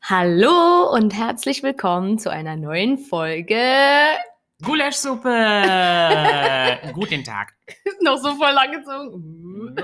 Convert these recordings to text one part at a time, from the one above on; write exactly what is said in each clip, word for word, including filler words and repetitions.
Hallo und herzlich willkommen zu einer neuen Folge Gulaschsuppe! Guten Tag. Noch so voll lang gezogen.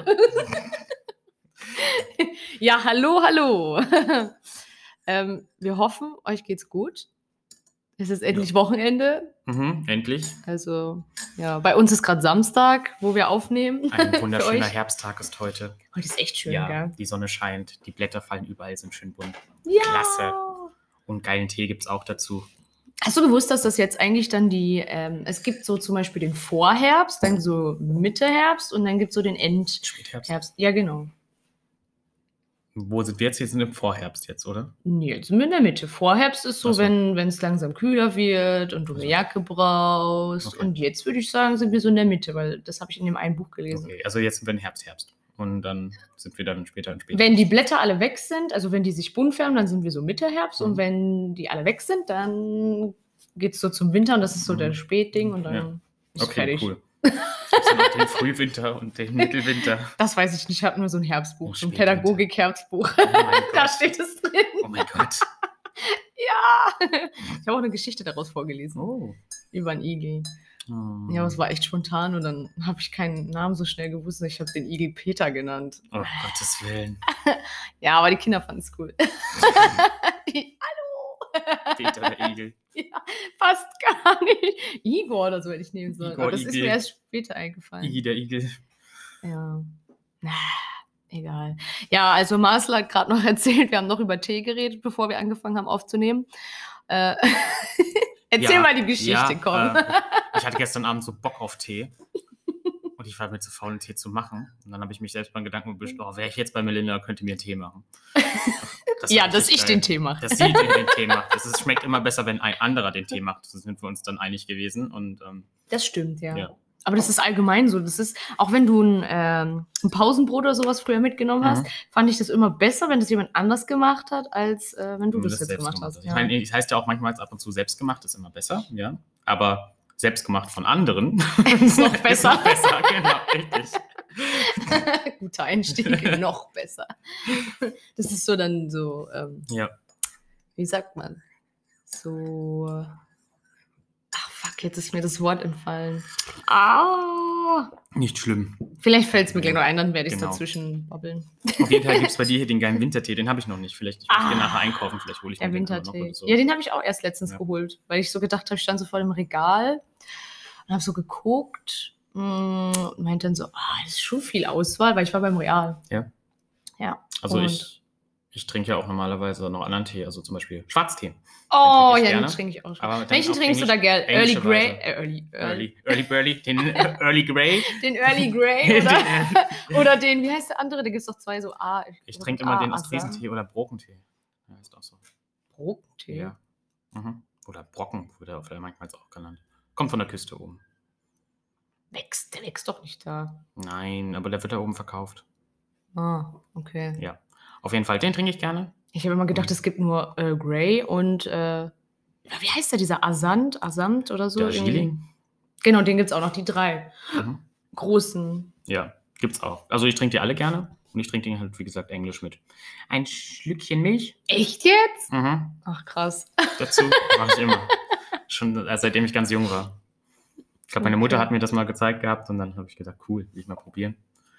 Ja, hallo, hallo. ähm, wir hoffen, euch geht's gut. Es ist endlich ja. Wochenende. Mhm, endlich. Also, ja, bei uns ist gerade Samstag, wo wir aufnehmen. Ein wunderschöner Herbsttag ist heute. Heute ist echt schön, ja, gell? Die Sonne scheint, die Blätter fallen überall, sind schön bunt. Ja. Klasse. Und geilen Tee gibt's auch dazu. Hast du gewusst, dass das jetzt eigentlich dann die, ähm, es gibt so zum Beispiel den Vorherbst, dann so Mitte Herbst und dann gibt es so den End... Spätherbst? Herbst. Ja, genau. Wo sind wir jetzt? Jetzt sind wir im Vorherbst jetzt, oder? Nee, jetzt sind wir in der Mitte. Vorherbst ist so, so. wenn es langsam kühler wird und du eine Jacke brauchst. Okay. Und jetzt würde ich sagen, sind wir so in der Mitte, weil das habe ich in dem einen Buch gelesen. Okay, also jetzt sind wir in Herbst, Herbst. Und dann sind wir dann später und später. Wenn die Blätter alle weg sind, also wenn die sich bunt färben, dann sind wir so Mitte Herbst. Mhm. Und wenn die alle weg sind, dann geht es so zum Winter und das ist so der Spätding und dann ja. ist okay, fertig. Cool. Es gibt noch den Frühwinter und den Mittelwinter. Das weiß ich nicht, ich habe nur so ein Herbstbuch, so ein Pädagogik-Herbstbuch. Oh da steht es drin. Oh mein Gott. Ja, ich habe auch eine Geschichte daraus vorgelesen. Oh. Über einen Igel. Oh. Ja, aber es war echt spontan und dann habe ich keinen Namen so schnell gewusst. Ich habe den Igel Peter genannt. Oh, Gottes Willen. Ja, aber die Kinder fanden es cool. die, hallo! Peter der Igel. Ja, passt gar nicht. Igor oder so hätte ich nehmen sollen. Igor, aber das Igel. ist mir erst später eingefallen. Igel, der Igel. Ja. Na, egal. Ja, also Marcel hat gerade noch erzählt, wir haben noch über Tee geredet, bevor wir angefangen haben aufzunehmen. Äh, Erzähl ja, mal die Geschichte, ja, komm. Äh, ich hatte gestern Abend so Bock auf Tee. Und ich war mir zu faul, einen Tee zu machen. Und dann habe ich mich selbst beim Gedanken gebüscht, oh, wäre ich jetzt bei Melinda, könnte mir einen Tee machen. Das ja, dass ich geil. den Tee mache. Dass sie den, den Tee macht. Es schmeckt immer besser, wenn ein anderer den Tee macht. Da sind wir uns dann einig gewesen. Und, ähm, das stimmt, ja. ja. Aber das ist allgemein so. Das ist, auch wenn du ein, ähm, ein Pausenbrot oder sowas früher mitgenommen hast, mhm. fand ich das immer besser, wenn das jemand anders gemacht hat, als äh, wenn du das, das jetzt gemacht hast. hast. Ja. Ich meine, es heißt ja auch manchmal ab und zu selbstgemacht ist immer besser, ja. Aber selbstgemacht von anderen ist noch besser. ist noch besser, genau, richtig. Guter Einstieg, noch besser. Das ist so dann so, ähm, ja. wie sagt man? So... Fuck, jetzt ist mir das Wort entfallen. Ah! Nicht schlimm. Vielleicht fällt es mir gleich noch ein, dann werde ich es genau. dazwischen babbeln. Auf jeden Fall gibt es bei dir hier den geilen Wintertee, den habe ich noch nicht. Vielleicht ich muss ah, den nachher einkaufen, vielleicht hole ich der mir Wintertee. Den noch so. Ja, den habe ich auch erst letztens ja. geholt, weil ich so gedacht habe, ich stand so vor dem Regal und habe so geguckt und meinte dann so, ah, das ist schon viel Auswahl, weil ich war beim Real. Ja? Ja. Also und ich... Ich trinke ja auch normalerweise noch anderen Tee, also zum Beispiel Schwarztee. Oh, den ja, gerne. Den trinke ich auch schon. Aber welchen trinkst du da gerne? Early Grey? Äh, early, early, early Burley, den Early Grey. Den Early Grey oder, oder den, wie heißt der andere? Da gibt es doch zwei so A. Ich, ich trinke immer den Ostfriesentee oder Brokentee. Ja, ist auch so. Brokentee? Ja. Mhm. Oder Brocken wird er manchmal auch genannt. Kommt von der Küste oben. Wächst, der wächst doch nicht da. Nein, aber der wird da oben verkauft. Ah, okay. Ja. Auf jeden Fall, den trinke ich gerne. Ich habe immer gedacht, es gibt nur Earl Grey und, äh, wie heißt der, dieser Asant, Asant oder so? Darjeeling? Genau, den gibt es auch noch, die drei mhm. großen. Ja, gibt's auch. Also ich trinke die alle gerne und ich trinke den halt, wie gesagt, englisch mit. Ein Schlückchen Milch. Echt jetzt? Mhm. Ach, krass. Dazu mache ich immer. Schon äh, seitdem ich ganz jung war. Ich glaube, meine Mutter okay. hat mir das mal gezeigt gehabt und dann habe ich gesagt, cool, will ich mal probieren.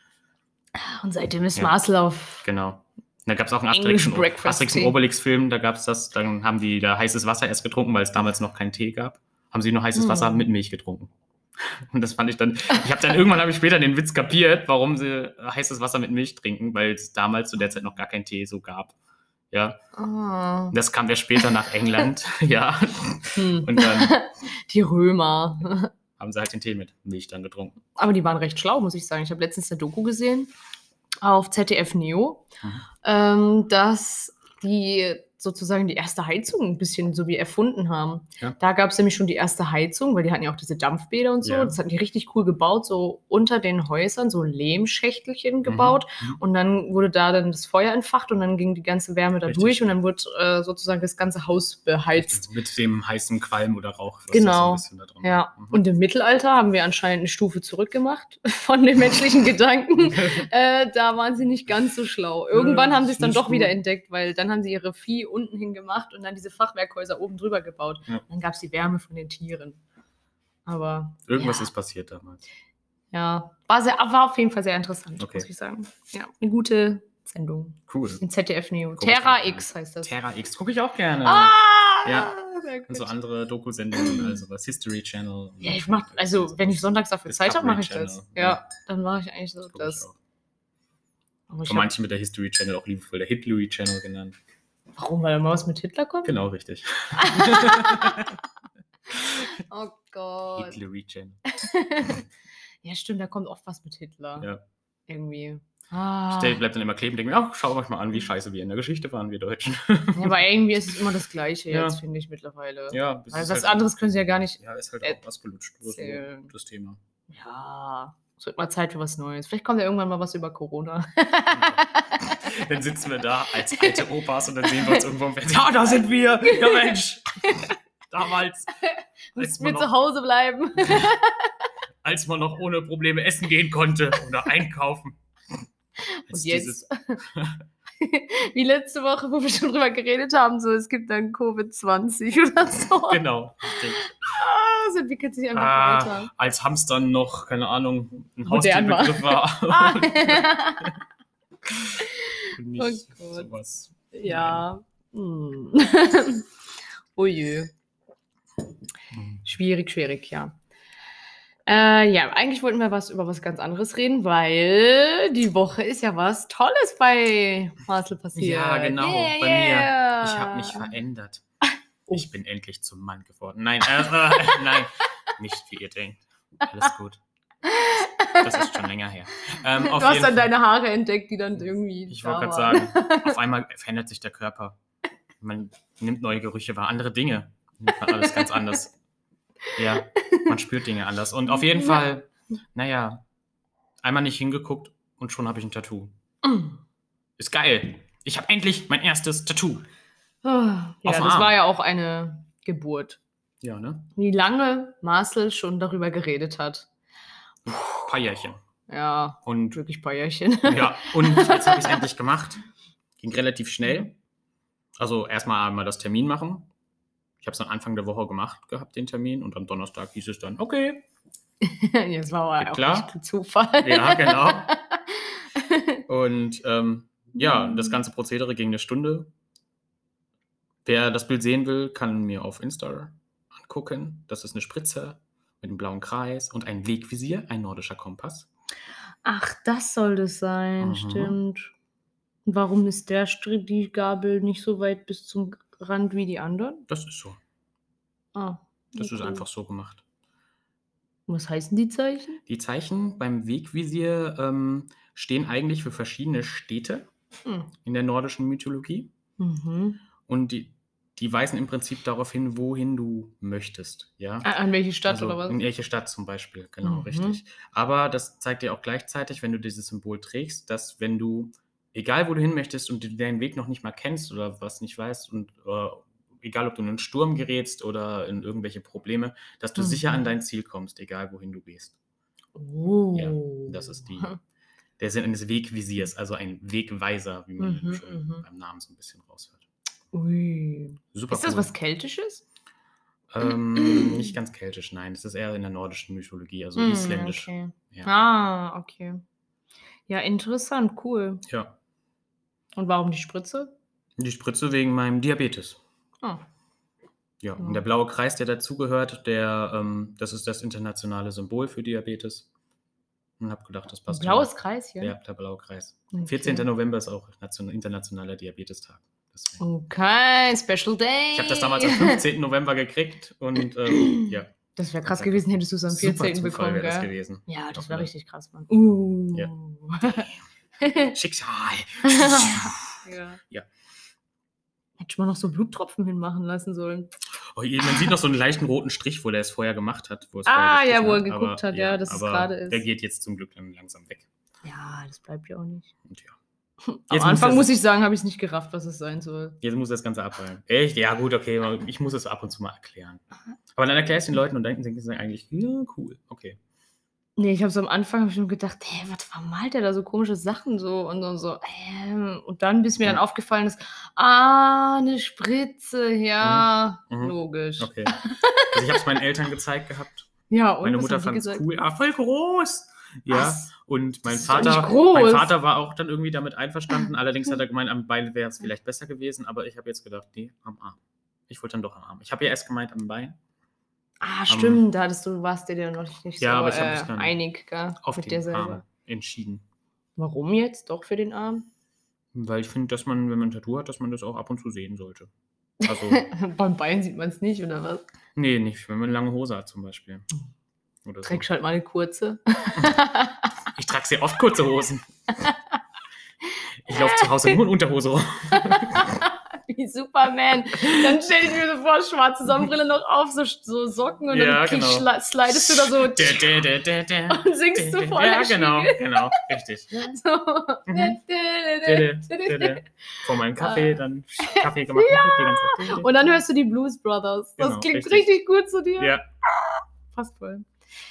Und seitdem ist ja. Marcel auf... Genau. Da gab es auch einen Asterix und, Asterix und Obelix-Film, da gab es das, dann haben die da heißes Wasser erst getrunken, weil es damals noch keinen Tee gab. Haben sie nur heißes hm. Wasser mit Milch getrunken. Und das fand ich dann, ich habe dann irgendwann, habe ich später den Witz kapiert, warum sie heißes Wasser mit Milch trinken, weil es damals zu der Zeit noch gar keinen Tee so gab. Ja. Oh. Das kam ja später nach England, ja. Hm. Und dann die Römer. Haben sie halt den Tee mit Milch dann getrunken. Aber die waren recht schlau, muss ich sagen. Ich habe letztens eine Doku gesehen auf Z D F Neo, mhm. ähm, dass die sozusagen die erste Heizung ein bisschen so wie erfunden haben. Ja. Da gab es nämlich schon die erste Heizung, weil die hatten ja auch diese Dampfbäder und so. Ja. Das hatten die richtig cool gebaut, so unter den Häusern, so Lehmschächtelchen gebaut. Mhm. Und dann wurde da dann das Feuer entfacht und dann ging die ganze Wärme da richtig. durch und dann wurde äh, sozusagen das ganze Haus beheizt. Mit dem heißen Qualm oder Rauch. Was genau. Das so ein bisschen da drin ja. Mhm. Und im Mittelalter haben wir anscheinend eine Stufe zurückgemacht von den menschlichen Gedanken. Äh, da waren sie nicht ganz so schlau. Irgendwann ja, haben sie es dann doch gut. wieder entdeckt, weil dann haben sie ihre Vieh unten hin gemacht und dann diese Fachwerkhäuser oben drüber gebaut. Ja. Dann gab es die Wärme von den Tieren. Aber irgendwas ja. ist passiert damals. Ja, war, sehr, war auf jeden Fall sehr interessant, okay. muss ich sagen. Ja, eine gute Sendung. Cool. In Z D F Neo. Guck Terra X heißt das. Terra X gucke ich auch gerne. Ah! Ja. Und so andere Doku-Sendungen, also was History Channel. Ja, ich mach, also wenn ich sonntags dafür Zeit habe, mache ich das. Ja, ja, dann mache ich eigentlich so das. das. Von hab... manchen mit der History Channel auch liebevoll der Hitler Channel genannt. Warum? Weil da mal was mit Hitler kommt? Genau, richtig. Oh Gott. Hitler Channel. Ja, stimmt, da kommt oft was mit Hitler. Ja. Irgendwie. Ah. Ich bleibt dann immer kleben und denke mir, ach, schau euch mal an, wie scheiße wir in der Geschichte waren, wir Deutschen. Ja, aber irgendwie ist es immer das Gleiche ja. jetzt, finde ich mittlerweile. Ja. Weil was halt anderes können sie ja gar nicht. Ja, ist halt auch ausgelutscht, so das Thema. Ja, es wird mal Zeit für was Neues. Vielleicht kommt ja irgendwann mal was über Corona. Dann sitzen wir da als alte Opas und dann sehen wir uns irgendwo im Fernsehen. Ja, da sind wir! Ja, Mensch! Damals. Müssen wir noch, zu Hause bleiben. Als man noch ohne Probleme essen gehen konnte oder einkaufen. Und jetzt, wie letzte Woche, wo wir schon drüber geredet haben, so es gibt dann Covid zwanzig oder so. Genau. Ah, es entwickelt sich einfach ah, weiter. Als Hamstern noch, keine Ahnung, ein Haustierbegriff war. Ah. Und nicht oh Gott. Sowas. Ja. Hm. Oh je. Schwierig, schwierig, ja. Äh, ja, eigentlich wollten wir was über was ganz anderes reden, weil die Woche ist ja was Tolles bei Marcel passiert. Ja, genau, yeah, bei yeah. mir. Ich habe mich verändert. Oh. Ich bin endlich zum Mann geworden. Nein, äh, äh, nein, nicht wie ihr denkt. Alles gut. Das ist schon länger her. Ähm, du hast dann deine Haare entdeckt, die dann irgendwie Ich wollte gerade sagen, auf einmal verändert sich der Körper. Man nimmt neue Gerüche wahr, andere Dinge. Nimmt man alles ganz anders. Ja, man spürt Dinge anders. Und auf jeden Fall, naja, einmal nicht hingeguckt und schon habe ich ein Tattoo. Mm. Ist geil. Ich habe endlich mein erstes Tattoo. Oh, ja, das Arm. War ja auch eine Geburt. Ja, ne? Wie lange Marcel schon darüber geredet hat. Ein paar Jährchen. Ja, und wirklich ein paar Jährchen. Ja, und jetzt habe ich es endlich gemacht. Ging relativ schnell. Also erstmal einmal das Termin machen. Ich habe es am Anfang der Woche gemacht gehabt, den Termin. Und am Donnerstag hieß es dann, okay. Jetzt war aber auch klar. Nicht Zufall. Ja, genau. Und ähm, ja, das ganze Prozedere ging eine Stunde. Wer das Bild sehen will, kann mir auf Insta angucken. Das ist eine Spritze mit einem blauen Kreis und ein Wegvisier, ein nordischer Kompass. Ach, das soll das sein, mhm. Stimmt. Warum ist der Strich, die Gabel nicht so weit bis zum Rand wie die anderen? Das ist so. Ah. Das okay. ist einfach so gemacht. Was heißen die Zeichen? Die Zeichen beim Wegvisier ähm, stehen eigentlich für verschiedene Städte hm. in der nordischen Mythologie. Mhm. Und die, die weisen im Prinzip darauf hin, wohin du möchtest. Ja? An welche Stadt also oder was? In welche Stadt zum Beispiel, genau, mhm. richtig. Aber das zeigt dir auch gleichzeitig, wenn du dieses Symbol trägst, dass wenn du, egal wo du hin möchtest und du deinen Weg noch nicht mal kennst oder was nicht weißt und äh, egal ob du in einen Sturm gerätst oder in irgendwelche Probleme, dass du mhm. sicher an dein Ziel kommst, egal wohin du gehst. Oh. Ja, das ist die, der Sinn eines Wegvisiers, also ein Wegweiser, wie man mhm, schon mhm. beim Namen so ein bisschen raushört. Ui. Super ist das cool. Was Keltisches? Ähm, nicht ganz keltisch, nein. Das ist eher in der nordischen Mythologie, also mm, isländisch. Okay. Ja. Ah, okay. Ja, interessant, cool. Ja. Und warum die Spritze? Die Spritze wegen meinem Diabetes. Ah. Ja, und der blaue Kreis, der dazugehört, der, ähm, das ist das internationale Symbol für Diabetes. Und habe gedacht, das passt. Ein blaues Kreis hier? Ja, der blaue Kreis. Okay. vierzehnten November ist auch internationaler Diabetestag. Deswegen. Okay, Special Day. Ich habe das damals am fünfzehnten November gekriegt und ähm, ja. Das wäre krass das gewesen, hättest du es am vierzehnten bekommen, wäre das gell? gewesen. Ja, das wäre richtig krass, Mann. Uh. Ja. Schicksal. ja. ja. Hätte ich mal noch so Bluttropfen hinmachen lassen sollen. Oh, man sieht noch so einen leichten roten Strich, wo der es vorher gemacht hat. Wo es ah, ja, wo er hat. geguckt aber, hat, ja, dass es gerade ist. Der geht jetzt zum Glück langsam weg. Ja, das bleibt ja auch nicht. Und ja. Am jetzt Anfang muss, muss ich sagen, habe ich es nicht gerafft, was es sein soll. Jetzt muss das Ganze abheilen. Echt? Ja, gut, okay. Ich muss es ab und zu mal erklären. Aber dann erkläre ich es den Leuten und denken sie eigentlich, ja, cool, okay. Nee, ich habe so am Anfang habe ich schon gedacht: „Hä, was warum malt der da so komische Sachen so?“ Und dann so, ähm und dann, bis mir dann Ja. aufgefallen ist: „Ah, 'ne Spritze, Mhm. ja, Mhm. logisch.“ Okay. Also, ich habe es meinen Eltern gezeigt gehabt. Ja, und Meine was Mutter haben die fand es gesagt? cool. „Ah, voll groß!“ Ja, Was? und mein Das ist doch nicht Vater mein groß. Vater war auch dann irgendwie damit einverstanden. Allerdings hat er gemeint, am Bein wäre es vielleicht besser gewesen, aber ich habe jetzt gedacht: „Ne, am Arm.“ Ich wollte dann doch am Arm. Ich habe ja erst gemeint am Bein. Ah, Ähm, stimmt, da hattest du warst du dir noch nicht ja, so, aber ich habe äh, mich dann einig, gell, auf mit dir den Arm selber. entschieden. Warum jetzt doch für den Arm? Weil ich finde, dass man, wenn man 'n Tattoo hat, dass man das auch ab und zu sehen sollte. Also Beim Bein sieht man's nicht, oder was? Ne, nicht, wenn man 'ne lange Hose hat zum Beispiel. Oder so. Trägst halt mal 'ne kurze. Ich trage sehr oft kurze Hosen. Ich laufe zu Hause nur in Unterhose rum. Wie Superman. Dann stelle ich mir so vor, schwarze Sonnenbrille noch auf, so so Socken und Ja, dann krieg genau. schla slidest du da so Dä, dä, dä, dä, dä. und singst du vor Ja, der genau, Spiegel. genau, richtig. So. Mhm. Dä, dä, dä, dä. Vor meinem Kaffee, dann Kaffee gemacht Ja. die ganze Zeit. Und dann hörst du die Blues Brothers. Das Genau, klingt richtig. richtig gut zu dir. Ja. Passt voll.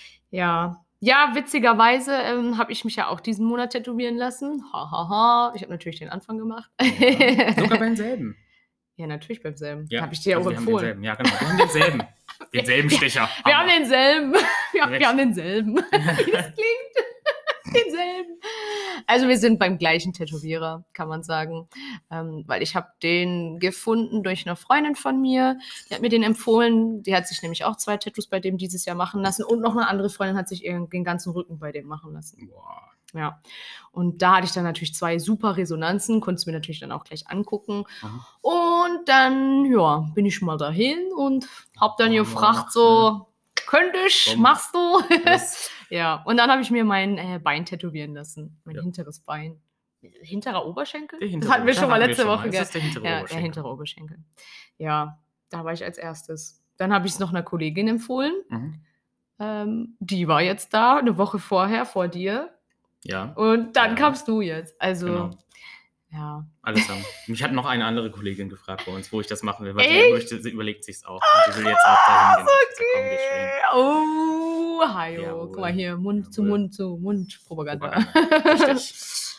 Ja. Ja, witzigerweise, ähm, habe ich mich ja auch diesen Monat tätowieren lassen. Ha, ha, ha. Ich habe natürlich den Anfang gemacht. Ja. Sogar beim selben. Ja, natürlich beim selben. Ja, Habe ich dir ja also auch wir haben empfohlen. denselben. Ja, genau. Wir haben denselben. Denselben Stecher. Wir haben denselben. Wir, Recht. wir haben denselben. Wie das klingt. Denselben. Also wir sind beim gleichen Tätowierer, kann man sagen. Ähm, weil ich habe den gefunden durch eine Freundin von mir. Die hat mir den empfohlen. Die hat sich nämlich auch zwei Tattoos bei dem dieses Jahr machen lassen. Und noch eine andere Freundin hat sich ihren, den ganzen Rücken bei dem machen lassen. Boah. Ja. Und da hatte ich dann natürlich zwei super Resonanzen. Konntest mir natürlich dann auch gleich angucken. Mhm. Und dann, ja, bin ich mal dahin und hab dann Ja, gefragt, ja, so, könnte ich, Komm. machst du? Das- Ja, und dann habe ich mir mein äh, Bein tätowieren lassen. Mein Ja. hinteres Bein. Hinterer Oberschenkel? Der hintere das hatten wir schon mal Oberschenkel. letzte Da hatten wir Woche. schon mal. gell? Es ist der hintere ja, Oberschenkel. der hintere Oberschenkel. Ja, da war ich als erstes. Dann habe ich es noch einer Kollegin empfohlen. Mhm. Ähm, die war jetzt da, eine Woche vorher, vor dir. Ja, Und dann Ja. kamst du jetzt. Also, genau. ja. Allesamt. Mich hat noch eine andere Kollegin gefragt bei uns, wo ich das machen will, weil Echt? sie, möchte, sie überlegt sich's auch. Und sie will jetzt auch dahin gehen. Ich sag, komm, geh schön. Oh, Hajo. Jawohl. Guck mal hier, Mund Jawohl. zu Mund zu Mund Propaganda. Propaganda. Richtig.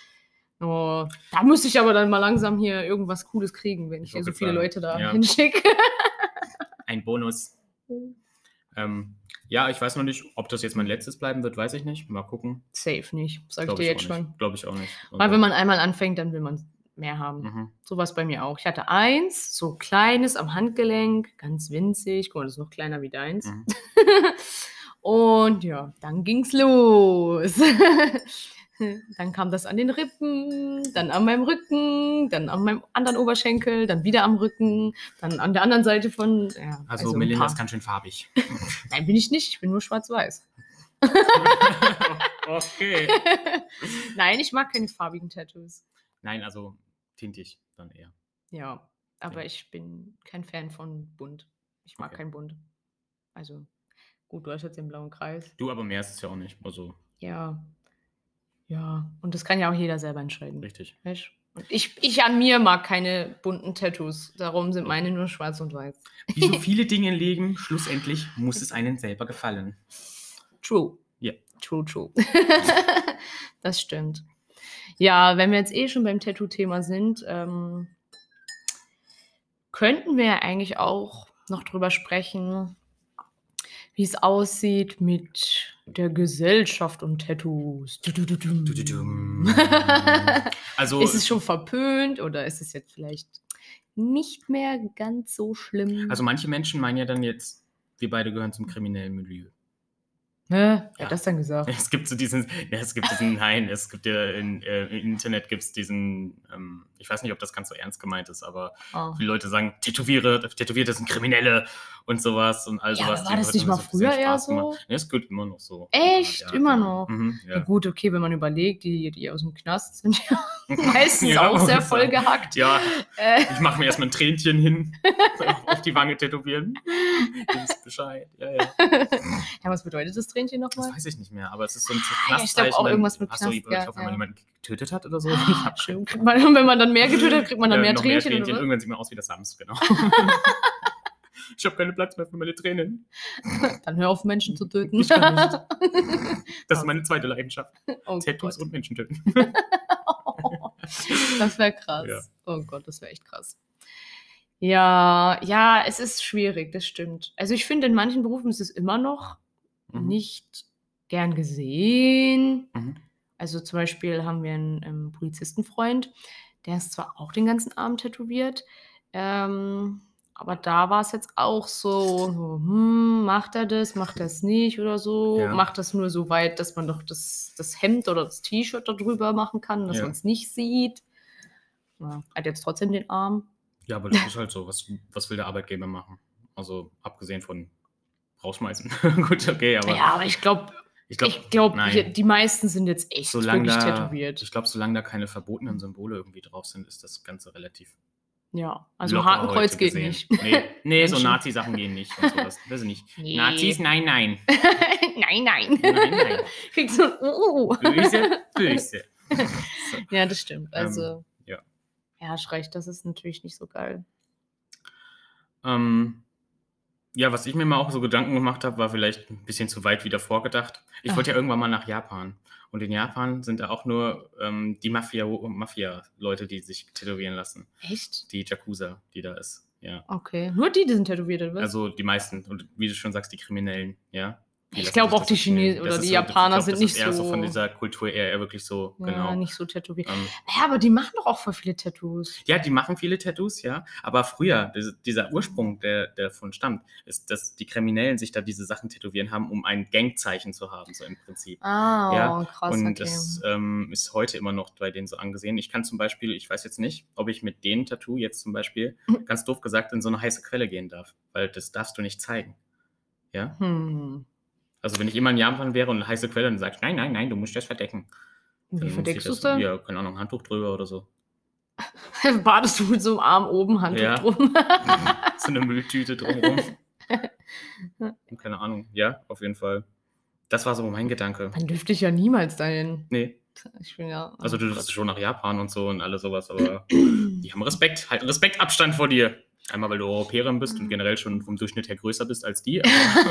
Oh, da müsste ich aber dann mal langsam hier irgendwas Cooles kriegen, wenn ich, Ich hier so wollte viele sagen, Leute da ja. hinschicke. Ein Bonus. Ähm, ja, ich weiß noch nicht, ob das jetzt mein letztes bleiben wird, weiß ich nicht. Mal gucken. Safe nicht, sag ich Glaub dir ich jetzt auch schon. nicht. Glaube ich auch nicht. Weil wenn man einmal anfängt, dann will man mehr haben. Mhm. So war es bei mir auch. Ich hatte eins, so kleines am Handgelenk, ganz winzig. Guck mal, das ist noch kleiner wie deins. Mhm. Und ja, dann ging's los. Dann kam das an den Rippen, dann an meinem Rücken, dann an meinem anderen Oberschenkel, dann wieder am Rücken, dann an der anderen Seite von. Ja, Also, ein Melinda paar. ist ganz schön farbig. Nein, bin ich nicht. Ich bin nur schwarz-weiß. Okay. Nein, ich mag keine farbigen Tattoos. Nein, also tintig dann eher. Ja, aber Ja. ich bin kein Fan von bunt. Ich mag Okay. kein bunt. Also, gut, du hast jetzt den blauen Kreis. Du, aber mehr ist es ja auch nicht. Also, Ja. Ja, und das kann ja auch jeder selber entscheiden. richtig. Weißt? Und ich, ich an mir mag keine bunten Tattoos. Darum sind meine nur schwarz und weiß. Wie so viele Dinge im Leben, schlussendlich muss es einem selber gefallen. True. Ja. True, true. Das stimmt. Ja, wenn wir jetzt eh schon beim Tattoo-Thema sind, ähm, könnten wir ja eigentlich auch noch drüber sprechen, wie es aussieht mit der Gesellschaft und Tattoos. Du-du-du-dum. Also, Ist es schon verpönt oder ist es jetzt vielleicht nicht mehr ganz so schlimm? also manche Menschen meinen ja dann jetzt, wir beide gehören zum kriminellen Milieu. Hä? Wer Ja. hat das dann gesagt? Es gibt so diesen, ja, es gibt diesen, nein, es gibt ja in, äh, im Internet gibt es diesen, ähm, ich weiß nicht, ob das ganz so ernst gemeint ist, aber Oh. viele Leute sagen, Tätowiere, Tätowierte sind Kriminelle und sowas und all Ja, sowas. aber war das nicht mal früher eher so? Ja, es gibt immer noch so. Echt? Ja, Immer ja. noch? Mhm, Ja. ja. Gut, okay, wenn man überlegt, die, die aus dem Knast sind ja meistens Ja, auch sehr und voll sagen, gehackt. Ja, Äh, ich mache mir erstmal ein Tränchen hin, auf die Wange tätowieren. Du wisst Bescheid. Ja, ja. ja, was bedeutet das Tränchen Das nochmal? weiß ich nicht mehr, aber es ist so ein Ja, ich glaub auch Knastzeichen. irgendwas mit Achso, ich Knast, ja, hoffe, wenn ja. man jemanden getötet hat oder so. Ich hab Stimmt. Kriegt man, wenn man dann mehr getötet hat, kriegt man dann Ja, mehr noch Tränchen, mehr oder was? Irgendwann sieht man aus wie der Sams, genau. Ich habe keinen Platz mehr für meine Tränen. Dann hör auf, Menschen zu töten. Ich kann nicht. Das ist meine zweite Leidenschaft. Oh Tattoos und Menschen töten. Das wäre krass. Ja. Oh Gott, das wäre echt krass. Ja, ja, es ist schwierig, das stimmt. Also ich finde, in manchen Berufen ist es immer noch mhm. nicht gern gesehen. Mhm. Also zum Beispiel haben wir einen, einen Polizistenfreund, der ist zwar auch den ganzen Arm tätowiert, ähm, aber da war es jetzt auch so, so hm, macht er das, macht er es nicht oder so, ja. macht das nur so weit, dass man doch das, das Hemd oder das T-Shirt darüber machen kann, dass ja. man es nicht sieht. Ja, hat jetzt trotzdem den Arm. Ja, aber das ist halt so, was, was will der Arbeitgeber machen? Also abgesehen von rausschmeißen. Gut, okay, aber... Ja, aber ich glaube... Ich glaube, glaub, die meisten sind jetzt echt solange wirklich da, tätowiert. Ich glaube, solange da keine verbotenen Symbole irgendwie drauf sind, ist das Ganze relativ. Ja, also Hakenkreuz geht gesehen. nicht. Nee, nee so Nazi-Sachen gehen nicht und sowas. Das ist nicht. Nee. Nazis, nein, nein. nein, nein. Nein, nein. Kriegst du ein Oh. Böse, böse. So. Ja, das stimmt. Also, ähm, ja. Ja, hast recht, das ist natürlich nicht so geil. Ähm. Ja, was ich mir mal auch so Gedanken gemacht habe, war vielleicht ein bisschen zu weit wieder vorgedacht. Ich Ach. wollte ja irgendwann mal nach Japan. Und in Japan sind da auch nur ähm, die Mafia, Mafia-Leute, die sich tätowieren lassen. Echt? Die Yakuza, die da ist, ja. Okay, nur die, die sind tätowiert, oder was? Also die meisten. Und wie du schon sagst, die Kriminellen, ja. Ich glaube auch die Chinesen oder die so, Japaner glaub, sind nicht so... Das ist eher so von dieser Kultur eher, eher wirklich so, ja, genau. nicht so tätowiert. Ähm, ja, aber die machen doch auch voll viele Tattoos. Ja, die machen viele Tattoos, ja. Aber früher, dieser Ursprung, der davon stammt, ist, dass die Kriminellen sich da diese Sachen tätowieren haben, um ein Gangzeichen zu haben, so im Prinzip. Ah, ja? krass, Und okay. das ähm, ist heute immer noch bei denen so angesehen. Ich kann zum Beispiel, ich weiß jetzt nicht, ob ich mit dem Tattoo jetzt zum Beispiel, ganz doof gesagt, in so eine heiße Quelle gehen darf. Weil das darfst du nicht zeigen. Ja? Hm. Also wenn ich immer in Japan wäre und eine heiße Quelle, dann sage ich, nein, nein, nein, du musst das verdecken. Wie verdeckst du es dann? Ja, keine Ahnung, Handtuch drüber oder so. Badest du mit so einem Arm oben Handtuch ja. drum? So eine Mülltüte drumherum. Keine Ahnung, ja, auf jeden Fall. Das war so mein Gedanke. Dann dürfte ich ja niemals dahin. Nee. Ich bin ja... Oh also du dürftest schon nach Japan und so und alles sowas, aber die haben Respekt, halten Respektabstand vor dir. Einmal, weil du Europäerin bist und generell schon vom Durchschnitt her größer bist als die.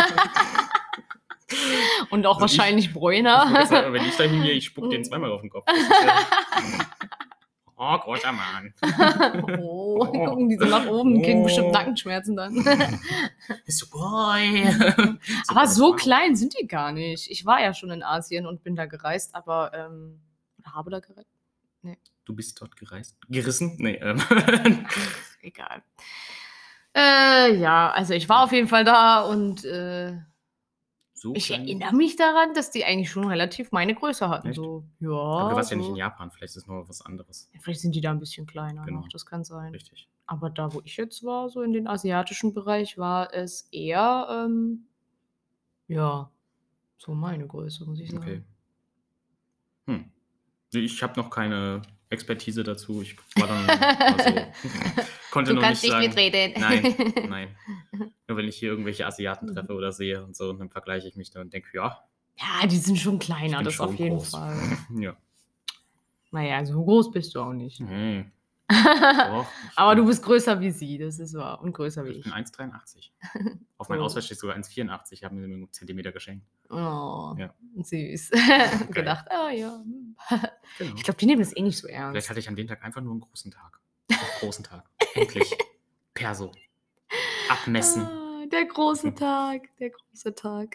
Und auch also wahrscheinlich ich, bräuner. Ich sagen, wenn ich da hingehe, ich spuck den zweimal auf den Kopf. Ja oh, großer Mann. Oh, oh. Gucken die so nach oben, oh. kriegen bestimmt Nackenschmerzen dann. Ist so boy. Aber so klein sind die gar nicht. Ich war ja schon in Asien und bin da gereist, aber ähm, habe da gereist? Nee. Du bist dort gereist? Gerissen? Nee. Ähm. Ach, egal. Äh, ja, also ich war auf jeden Fall da und äh, So ich klein? erinnere mich daran, dass die eigentlich schon relativ meine Größe hatten. So, ja, aber du warst so. ja nicht in Japan, vielleicht ist es nur was anderes. Ja, vielleicht sind die da ein bisschen kleiner genau. noch, das kann sein. Richtig. Aber da, wo ich jetzt war, so in den asiatischen Bereich, war es eher, ähm, ja, so meine Größe, muss ich sagen. Okay. Hm. Ich habe noch keine Expertise dazu. Ich war dann also, konnte du noch kannst nicht nicht sagen. mitreden. Nein, nein. Nur wenn ich hier irgendwelche Asiaten treffe oder sehe und so, und dann vergleiche ich mich da und denke, ja. Ja, die sind schon kleiner, das auf jeden groß. Fall. Ja. Naja, so groß bist du auch nicht. Nee. Doch, aber du bist größer wie sie, das ist wahr. Und größer wie ich. Ich bin eins Komma dreiundachtzig. Auf meinem oh. Ausweis steht sogar eins Komma vierundachtzig. Haben sie mir einen Zentimeter geschenkt. Oh, ja. süß. Gedacht, ah ja. Genau. Ich glaube, die nehmen das eh nicht so ernst. Vielleicht hatte ich an dem Tag einfach nur einen großen Tag. Einen großen Tag. Endlich. Perso. Abmessen. Ah, der große Tag. Der große Tag.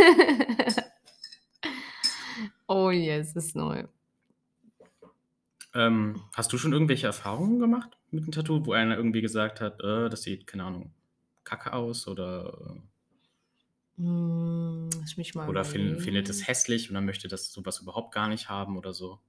Oh yes, ist neu. Ähm, hast du schon irgendwelche Erfahrungen gemacht mit dem Tattoo, wo einer irgendwie gesagt hat, äh, das sieht, keine Ahnung, kacke aus oder, hm, lass mich mal oder find, findet es hässlich und dann möchte das sowas überhaupt gar nicht haben oder so?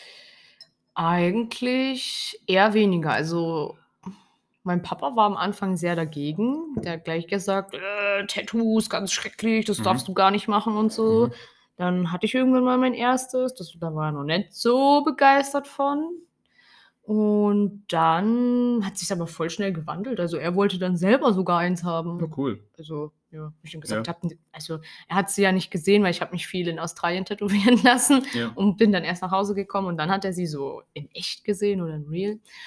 Eigentlich eher weniger. Also mein Papa war am Anfang sehr dagegen. Der hat gleich gesagt, äh, Tattoos, ganz schrecklich, das mhm. darfst du gar nicht machen und so. Mhm. Dann hatte ich irgendwann mal mein erstes, das, da war er noch nicht so begeistert von. Und dann hat sich aber voll schnell gewandelt. Also er wollte dann selber sogar eins haben. Ja, cool. Also, ja, wie ich schon gesagt ja. habe, also er hat sie ja nicht gesehen, weil ich habe mich viel in Australien tätowieren lassen ja. und bin dann erst nach Hause gekommen und dann hat er sie so in echt gesehen oder in real.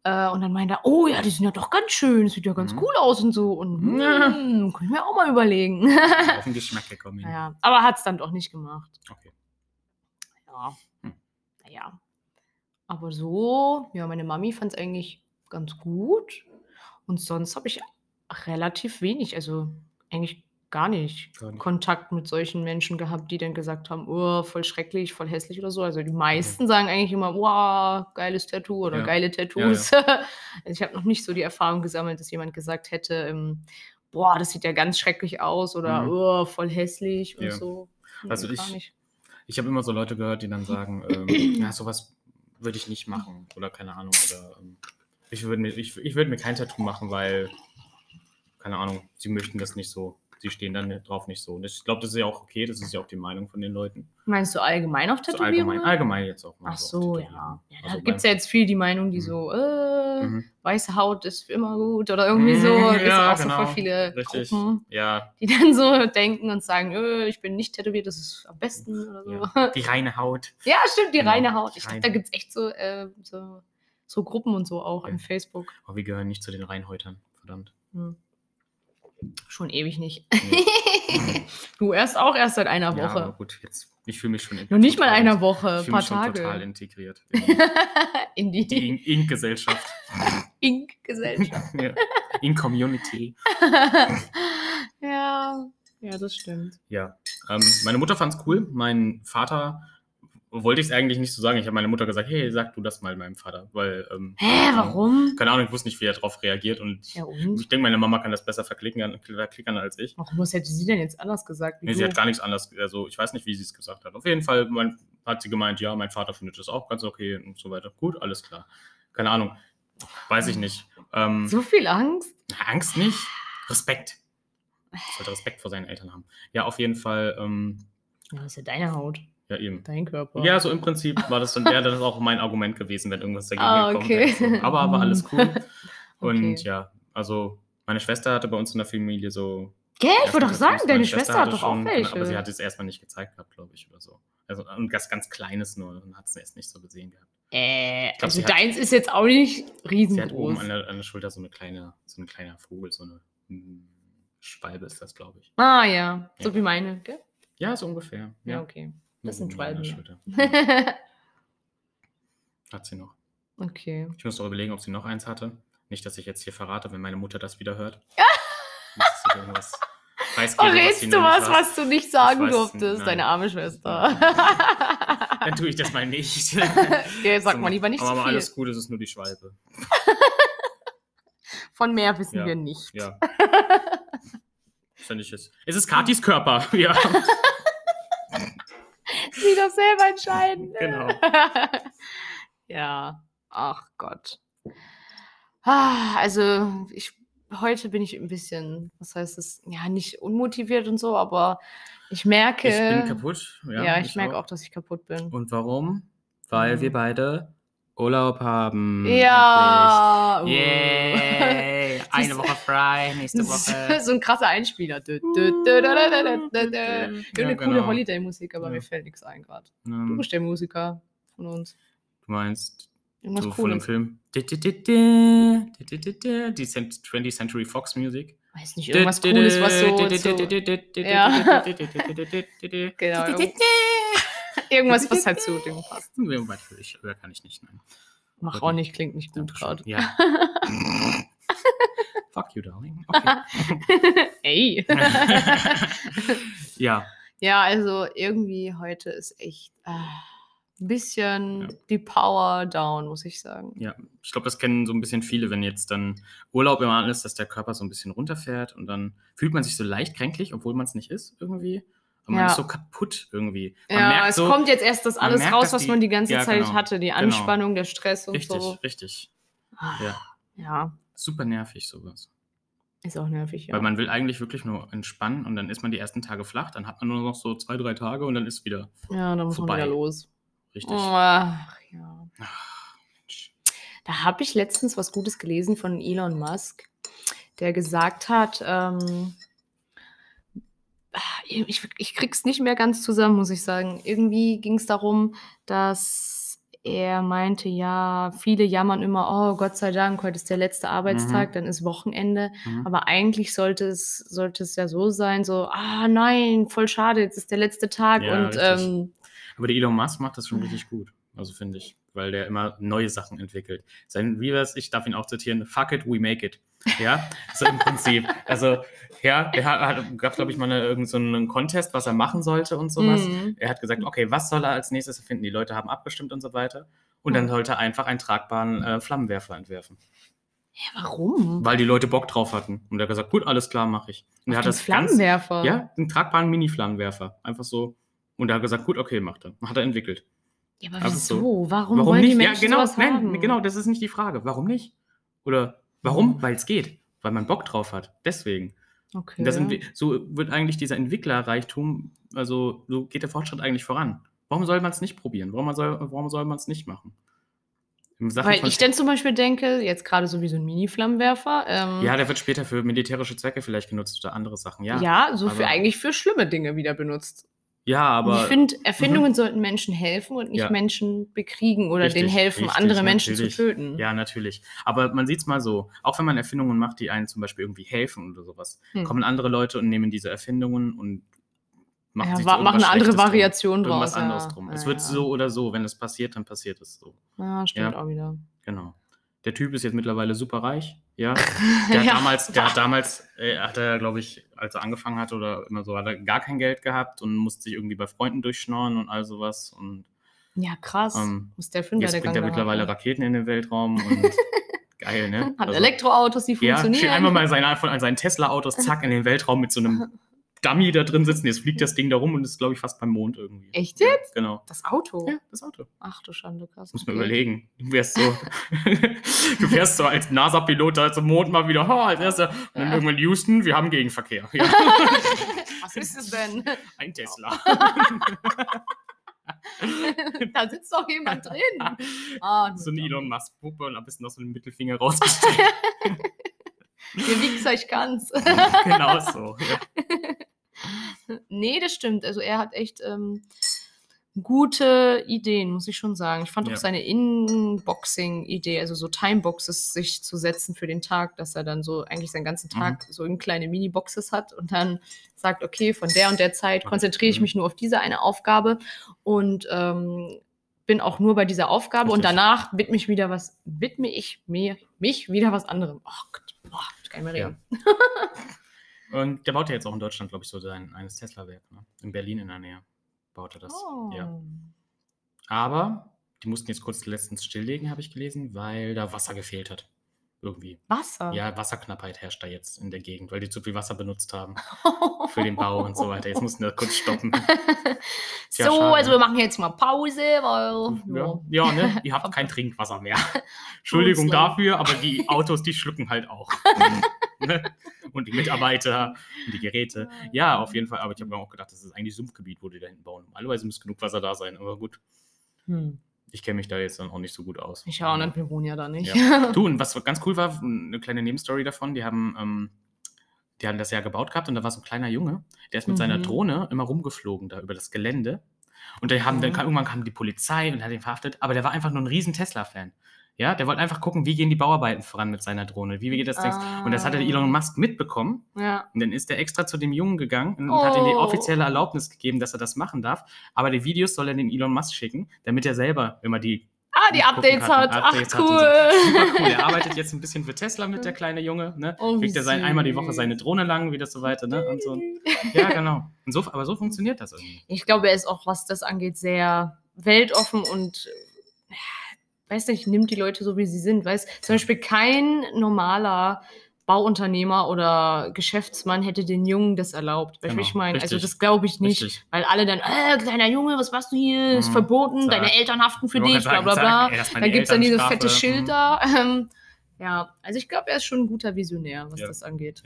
Äh, und dann meinte er, oh ja, die sind ja doch ganz schön, sieht ja ganz mhm. cool aus und so. Und hm, kann ich mir auch mal überlegen. Auf den Geschmack gekommen. Ja, aber hat es dann doch nicht gemacht. Okay. Ja, hm. naja. Aber so, ja, meine Mami fand es eigentlich ganz gut. Und sonst habe ich relativ wenig, also eigentlich gar nicht, gar nicht Kontakt mit solchen Menschen gehabt, die dann gesagt haben, oh, voll schrecklich, voll hässlich oder so. Also die meisten mhm. sagen eigentlich immer, wow, geiles Tattoo oder ja. geile Tattoos. Ja, ja. Also ich habe noch nicht so die Erfahrung gesammelt, dass jemand gesagt hätte, ähm, boah, das sieht ja ganz schrecklich aus oder mhm. oh, voll hässlich und ja. so. Nee, also ich, ich habe immer so Leute gehört, die dann sagen, ähm, ja, sowas würde ich nicht machen oder keine Ahnung. Oder ähm, ich würde mir, ich, ich würd mir kein Tattoo machen, weil, keine Ahnung, sie möchten das nicht so. Sie stehen dann drauf nicht so. Und ich glaube, das ist ja auch okay, das ist ja auch die Meinung von den Leuten. Meinst du allgemein auf Tätowierungen? So allgemein, allgemein jetzt auch mal. Ach so, so ja. ja. Da also gibt es ja jetzt viel die Meinung, die mhm. so, äh, mhm. weiße Haut ist immer gut oder irgendwie so. Es gibt ja, auch genau. so voll viele Richtig. Gruppen, ja. die dann so denken und sagen, äh, ich bin nicht tätowiert, das ist am besten oder so. Ja. Die reine Haut. Ja, stimmt, die genau. reine Haut. Ich glaube, da gibt es echt so, äh, so, so Gruppen und so auch ja. im Facebook. Aber wir gehören nicht zu den Reinhäutern, verdammt. Hm. Schon ewig nicht. Nee. Du erst auch erst seit einer Woche. Ja, aber gut, jetzt, ich fühle mich schon... Noch nicht mal einer Woche, ein paar mich schon Tage. total integriert in, in die, die Ink-Gesellschaft. Ink-Gesellschaft. ja. Ink-Community. ja, ja, das stimmt. Ja, ähm, meine Mutter fand es cool. Mein Vater... Wollte ich es eigentlich nicht so sagen. Ich habe meiner Mutter gesagt, hey, sag du das mal meinem Vater. Weil, ähm, Hä, warum? Keine Ahnung, ich wusste nicht, wie er darauf reagiert. Und, ja, und? ich denke, meine Mama kann das besser verklickern, verklickern als ich. Warum, was hätte sie denn jetzt anders gesagt? Wie nee, du? Sie hat gar nichts anders, also ich weiß nicht, wie sie es gesagt hat. Auf jeden Fall mein, hat sie gemeint, ja, mein Vater findet das auch ganz okay und so weiter. Gut, alles klar. Keine Ahnung, weiß ich nicht. Ähm, so viel Angst? Angst nicht, Respekt. Ich sollte Respekt vor seinen Eltern haben. Ja, auf jeden Fall. Ähm, ja, das ist ja deine Haut. Ja, eben. Dein Körper. Ja, so im Prinzip war das dann, wäre das auch mein Argument gewesen, wenn irgendwas dagegen ah, gekommen okay. wäre. So. Aber aber alles cool. Und okay. ja, also meine Schwester hatte bei uns in der Familie so... Gell, ich wollte doch sagen, deine Schwester, Schwester hat doch schon, auch welche. Aber sie hat es erstmal nicht gezeigt gehabt, glaube ich, oder so. Also ein ganz, ganz kleines nur und hat es erst nicht so gesehen gehabt. Äh, glaub, also deins hat, ist jetzt auch nicht riesengroß. Sie hat oben an der, an der Schulter so eine kleine, so ein kleiner Vogel, so eine hm, Schwalbe ist das, glaube ich. Ah ja, so ja. wie meine, gell? Ja, so ungefähr. Ja, ja okay. Das sind Schwalben. Ja. Hat sie noch. Okay. Ich muss doch überlegen, ob sie noch eins hatte. Nicht, dass ich jetzt hier verrate, wenn meine Mutter das wieder hört. Verrätst du was, was du nicht sagen durftest, nein. Deine arme Schwester? Dann tue ich das mal nicht. Ja, sag mal lieber nicht aber so viel. Alles gut, es ist nur die Schwalbe. Von mehr wissen ja. wir nicht. Ja. Es ist Katis Körper. Ja. Sie das selber entscheiden. Genau. Ja, ach Gott. Ah, also ich, heute bin ich ein bisschen, was heißt es, ja, nicht unmotiviert und so, aber ich merke... Ich bin kaputt. Ja, ja ich, ich merke auch. auch, dass ich kaputt bin. Und warum? Weil mhm. wir beide Urlaub haben. Ja. Uh. Yay. Eine Woche frei, nächste Woche. So ein krasser Einspieler. Irgendeine ja, coole genau. Holiday-Musik, aber ja. mir fällt nichts ein gerade. Um, du bist der Musiker von uns. Du meinst irgendwas so Cooles. Von dem Film? Die twentieth Century Fox Music. Weiß nicht, irgendwas Cooles, was so... Ja. Genau. Irgendwas, was halt zu dem passt. Natürlich, höher kann ich nicht, nein. Mach auch nicht, klingt nicht gut gerade. Ja. Fuck you, darling. Okay. Ey. Ja. Ja, also irgendwie heute ist echt äh, ein bisschen ja. die Power down, muss ich sagen. Ja, ich glaube, das kennen so ein bisschen viele, wenn jetzt dann Urlaub immer an ist, dass der Körper so ein bisschen runterfährt und dann fühlt man sich so leicht kränklich, obwohl man es nicht ist irgendwie. Und man ja. ist so kaputt irgendwie. Man ja, merkt es so, kommt jetzt erst das alles merkt, raus, was die, man die ganze ja, Zeit genau, hatte. Die Anspannung, genau. der Stress und richtig, so. Richtig, richtig. Ja. ja. Super nervig sowas. Ist auch nervig, ja. Weil man will eigentlich wirklich nur entspannen und dann ist man die ersten Tage flach, dann hat man nur noch so zwei, drei Tage und dann ist wieder Ja, dann muss vorbei. man wieder los. Richtig. Ach, ja. Ach, Mensch. Da habe ich letztens was Gutes gelesen von Elon Musk, der gesagt hat, ähm, ich, ich krieg's nicht mehr ganz zusammen, muss ich sagen. Irgendwie ging es darum, dass er meinte, ja, viele jammern immer, oh Gott sei Dank, heute ist der letzte Arbeitstag, mhm. dann ist Wochenende. Mhm. Aber eigentlich sollte es, sollte es ja so sein, so, ah nein, voll schade, jetzt ist der letzte Tag. Ja, und ähm, Aber der Elon Musk macht das schon richtig gut, also finde ich, weil der immer neue Sachen entwickelt. Sein, wie was, ich darf ihn auch zitieren, fuck it, we make it. Ja, so im Prinzip. Also, ja, er hat, gab, glaube ich, mal eine, irgend so einen Contest, was er machen sollte und sowas. Mhm. Er hat gesagt, okay, was soll er als nächstes erfinden? Die Leute haben abgestimmt und so weiter. Und mhm. dann sollte er einfach einen tragbaren äh, Flammenwerfer entwerfen. Ja, warum? Weil die Leute Bock drauf hatten. Und er hat gesagt, gut, alles klar, mache ich. Und er hat das Flammenwerfer? Ganz, ja, einen tragbaren Mini-Flammenwerfer. Einfach so. Und er hat gesagt, gut, okay, macht er. Hat er entwickelt. Ja, aber wieso? So. Warum, warum wollen nicht? die Menschen ja, genau, sowas nein, haben? Genau, das ist nicht die Frage. Warum nicht? Oder warum? Mhm. Weil es geht. Weil man Bock drauf hat. Deswegen. Okay. Das so wird eigentlich dieser Entwicklerreichtum, also so geht der Fortschritt eigentlich voran. Warum soll man es nicht probieren? Warum soll, warum soll man es nicht machen? Weil ich dann zum Beispiel denke, jetzt gerade so wie so ein Mini-Flammenwerfer. Ähm, ja, der wird später für militärische Zwecke vielleicht genutzt oder andere Sachen, ja. Ja, so für eigentlich für schlimme Dinge wieder benutzt. Ja, aber... Ich finde, Erfindungen mhm. sollten Menschen helfen und nicht ja. Menschen bekriegen oder richtig, denen helfen, richtig, andere Menschen zu töten. Ja, natürlich. Aber man sieht es mal so, auch wenn man Erfindungen macht, die einen zum Beispiel irgendwie helfen oder sowas, hm. kommen andere Leute und nehmen diese Erfindungen und machen, ja, sich wa- machen eine andere Variation drum, draus. Irgendwas anderes ja. drum. Ja, es wird ja. so oder so, wenn es passiert, dann passiert es so. Ja, stimmt ja. auch wieder. Genau. Der Typ ist jetzt mittlerweile super reich, ja. Der hat ja. damals, der hat damals, äh, hat er, glaube ich, als er angefangen hat oder immer so, hat er gar kein Geld gehabt und musste sich irgendwie bei Freunden durchschnorren und all sowas. Und, ja, krass. Ähm, Muss der Film jetzt bringt er mittlerweile gehabt, Raketen in den Weltraum und geil, ne? Hat also, Elektroautos, die funktionieren. Ja, steht einmal mal seine, von seinen Tesla-Autos, zack, in den Weltraum mit so einem Dummy da drin sitzen, jetzt fliegt das Ding da rum und ist, glaube ich, fast beim Mond irgendwie. Echt jetzt? Ja, genau. Das Auto? Ja, das Auto. Ach du Schande, krass. Muss man okay. überlegen. Du wärst so, du fährst so als NASA-Pilot da zum Mond mal wieder, ha, als erster. Und dann ja. irgendwann Houston, wir haben Gegenverkehr. Ja. Was ist es denn? Ein Tesla. Da sitzt doch jemand drin. Oh, so ein Elon Musk-Puppe und ein bisschen noch so einen Mittelfinger rausgestreckt. Ihr wiegt euch ganz. Genau so, ja. Nee, das stimmt. Also er hat echt ähm, gute Ideen, muss ich schon sagen. Ich fand ja. auch seine Inboxing-Idee, also so Timeboxes sich zu setzen für den Tag, dass er dann so eigentlich seinen ganzen Tag mhm. so in kleine Mini-Boxes hat und dann sagt, okay, von der und der Zeit konzentriere ich mich nur auf diese eine Aufgabe und ähm, bin auch nur bei dieser Aufgabe Richtig. Und danach widme ich wieder was, widme ich mir, mich wieder was anderem. Oh Gott, boah, ich kann nicht mehr reden. Ja. Und der baut ja jetzt auch in Deutschland, glaube ich, so sein eines Tesla-Werk. Ne? In Berlin in der Nähe baut er das. Oh. Ja. Aber die mussten jetzt kurz letztens stilllegen, habe ich gelesen, weil da Wasser gefehlt hat. Irgendwie. Wasser? Ja, Wasserknappheit herrscht da jetzt in der Gegend, weil die zu viel Wasser benutzt haben für den Bau und so weiter. Jetzt mussten wir kurz stoppen. Tja, so, schade. Also wir machen jetzt mal Pause, weil... Ja, ja ne? Ihr habt kein Trinkwasser mehr. Entschuldigung dafür, aber die Autos, die schlucken halt auch. Und die Mitarbeiter und die Geräte. Ja, auf jeden Fall. Aber ich habe mir auch gedacht, das ist eigentlich Sumpfgebiet, wo die da hinten bauen. Normalerweise müsste genug Wasser da sein, aber gut. Hm. Ich kenne mich da jetzt dann auch nicht so gut aus. Ich auch nicht, wir wohnen ja da nicht. Ja. Du, und was ganz cool war, eine kleine Nebenstory davon, die haben, ähm, die haben das ja gebaut gehabt und da war so ein kleiner Junge, der ist mit mhm. seiner Drohne immer rumgeflogen da über das Gelände. Und da haben, mhm. dann kam, irgendwann kam die Polizei und hat ihn verhaftet, aber der war einfach nur ein riesen Tesla-Fan. Ja, der wollte einfach gucken, wie gehen die Bauarbeiten voran mit seiner Drohne, wie geht das Ding. Ah. Und das hat der Elon Musk mitbekommen. Ja. Und dann ist er extra zu dem Jungen gegangen und oh. hat ihm die offizielle Erlaubnis gegeben, dass er das machen darf. Aber die Videos soll er den Elon Musk schicken, damit er selber immer die Ah, die Updates hat. Updates Ach, cool. Hat so. Super cool. Er arbeitet jetzt ein bisschen für Tesla mit, der kleine Junge. Ne? Oh, kriegt er sein, einmal die Woche seine Drohne lang, wie das so weiter. Ne? Und so. Ja, genau. Und so, aber so funktioniert das irgendwie. Ich glaube, er ist auch, was das angeht, sehr weltoffen und weiß nicht, nimmt die Leute so, wie sie sind. Weiß, zum Beispiel kein normaler Bauunternehmer oder Geschäftsmann hätte den Jungen das erlaubt. Weißt du, genau, ich meine? Also das glaube ich nicht. Richtig. Weil alle dann, äh, kleiner Junge, was machst du hier? Ist mhm. verboten, sag. Deine Eltern haften für dich, bla bla bla. Ey, dann gibt es dann diese fette Schild da. Mhm. Ähm, ja, also ich glaube, er ist schon ein guter Visionär, was ja. das angeht. Ja.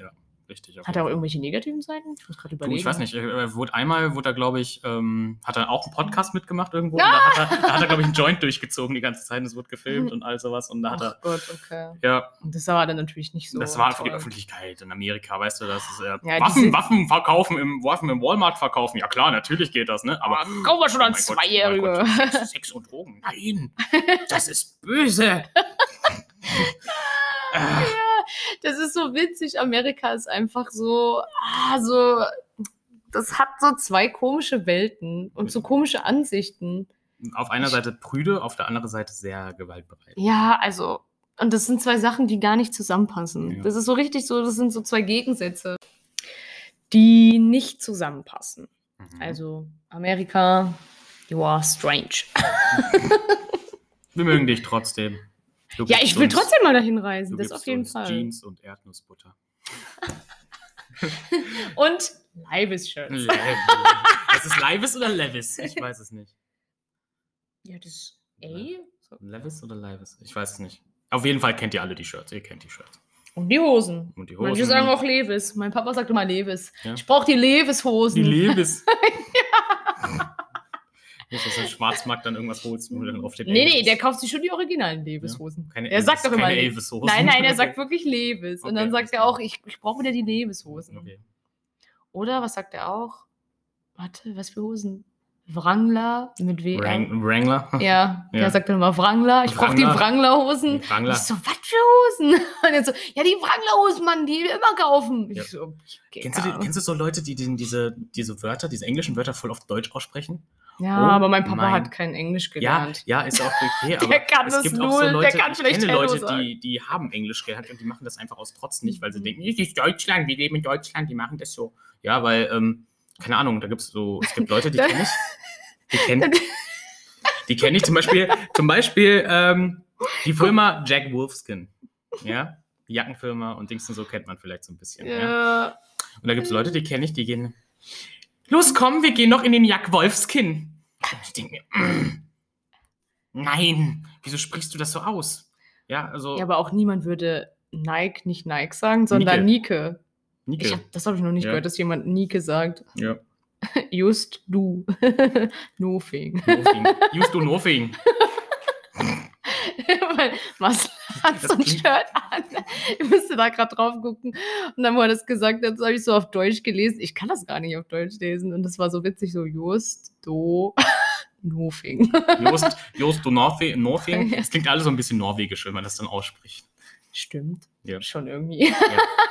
richtig. Hat er auch irgendwelche negativen Seiten? Ich muss gerade überlegen. Du, ich weiß nicht. Er wurde einmal, wurde er, glaube ich, ähm, hat er auch einen Podcast mitgemacht irgendwo. Ah! Und da hat er, da hat er glaube ich, einen Joint durchgezogen die ganze Zeit. Und es wurde gefilmt und all sowas. Und da hat er. Ach Gott, okay. Ja. Und das war dann natürlich nicht so. Das war für toll. die Öffentlichkeit in Amerika, weißt du, das ist äh, Ja, Waffen, diese- Waffen verkaufen im Waffen im Walmart verkaufen. Ja klar, natürlich geht das, ne? Aber Kaum wir schon oh an mein Gott, Zweijährige. oh mein Gott, Sex und Drogen. Nein, das ist böse. Ja, das ist so witzig. Amerika ist einfach so, ah, so, das hat so zwei komische Welten und so komische Ansichten. Auf einer Seite prüde, auf der anderen Seite sehr gewaltbereit. Ja, also, und das sind zwei Sachen, die gar nicht zusammenpassen. Ja. Das ist so richtig so, das sind so zwei Gegensätze, die nicht zusammenpassen. Mhm. Also, Amerika, you are strange. Wir mögen dich trotzdem. Du Ja, gibst ich will uns- trotzdem mal dahin reisen, du das gibst auf jeden uns Fall. Jeans und Erdnussbutter. Und Leibes-Shirts. Levis. Ist es Levis oder Levis? Ich weiß es nicht. Ja, das ey. So. Levis oder Levis? Ich weiß es nicht. Auf jeden Fall kennt ihr alle die Shirts. Ihr kennt die Shirts. Und die Hosen. Und die Hosen. Manche sagen auch Levis. Mein Papa sagt immer Levis. Ja. Ich brauche die Levis-Hosen. Die Levis. Nicht, dass du im Schwarzmarkt dann irgendwas holst, wo dann draufsteht. Nee, nee, Elvis. der kauft sich schon die originalen Levis-Hosen. Ja. Keine Er sagt doch immer keine Levis. Elvis-Hosen. Nein, nein, er sagt wirklich Levis. Und Okay, dann sagt alles er klar. auch, ich, ich brauche wieder die Levis-Hosen. Okay. Oder was sagt er auch? Warte, was für Hosen? Wrangler mit W R. Wrang Wrangler? Ja, Ja. der sagt dann immer Wrangler. Ich brauche die Wrangler. Wrangler-Hosen. Die Wrangler. Ich so, was für Hosen? Und er so, ja, die Wrangler-Hosen, Mann, die wir immer kaufen. Ja. Ich so, okay, Kennst du, die, kennst du so Leute, die den, diese, diese Wörter, diese englischen Wörter voll auf Deutsch aussprechen? Ja, Oh aber mein Papa mein- hat kein Englisch Ja, gelernt. ja, ist auch okay, aber Der kann es das gibt auch so null, Leute, der kann ich vielleicht kenne Hello Leute, sagen. die, die haben Englisch gelernt und die machen das einfach aus Trotz nicht, weil sie denken, das ist Deutschland, wir leben in Deutschland, die machen das so. Ja, weil, ähm, keine Ahnung, da gibt es so, es gibt Leute, die kenne ich, die kenne die kenn ich zum Beispiel, zum Beispiel ähm, die Firma Jack Wolfskin, ja, die Jackenfirma und Dings und so kennt man vielleicht so ein bisschen, ja. Ja. Und da gibt es Leute, die kenne ich, die gehen, los, komm, wir gehen noch in den Jack Wolfskin. Und ich denke mir, mm, nein, wieso sprichst du das so aus? Ja, also, Ja, aber auch niemand würde Nike nicht Nike sagen, sondern Nike. Nike. Ich hab, das habe ich noch nicht Ja. gehört, dass jemand Nike sagt. Ja. Just du. Nothing. Nothing. Used to nothing. Weil Marcel hat Das so ein klingt- Shirt an. Ich müsste da gerade drauf gucken. Und dann, wo er das gesagt hat, das habe ich so auf Deutsch gelesen. Ich kann das gar nicht auf Deutsch lesen. Und das war so witzig, so Just, do, nothing. Just, just to nothing. nothing. Ja. Das klingt alles so ein bisschen norwegisch, wenn man das dann ausspricht. Stimmt. Ja. Schon irgendwie. Ja.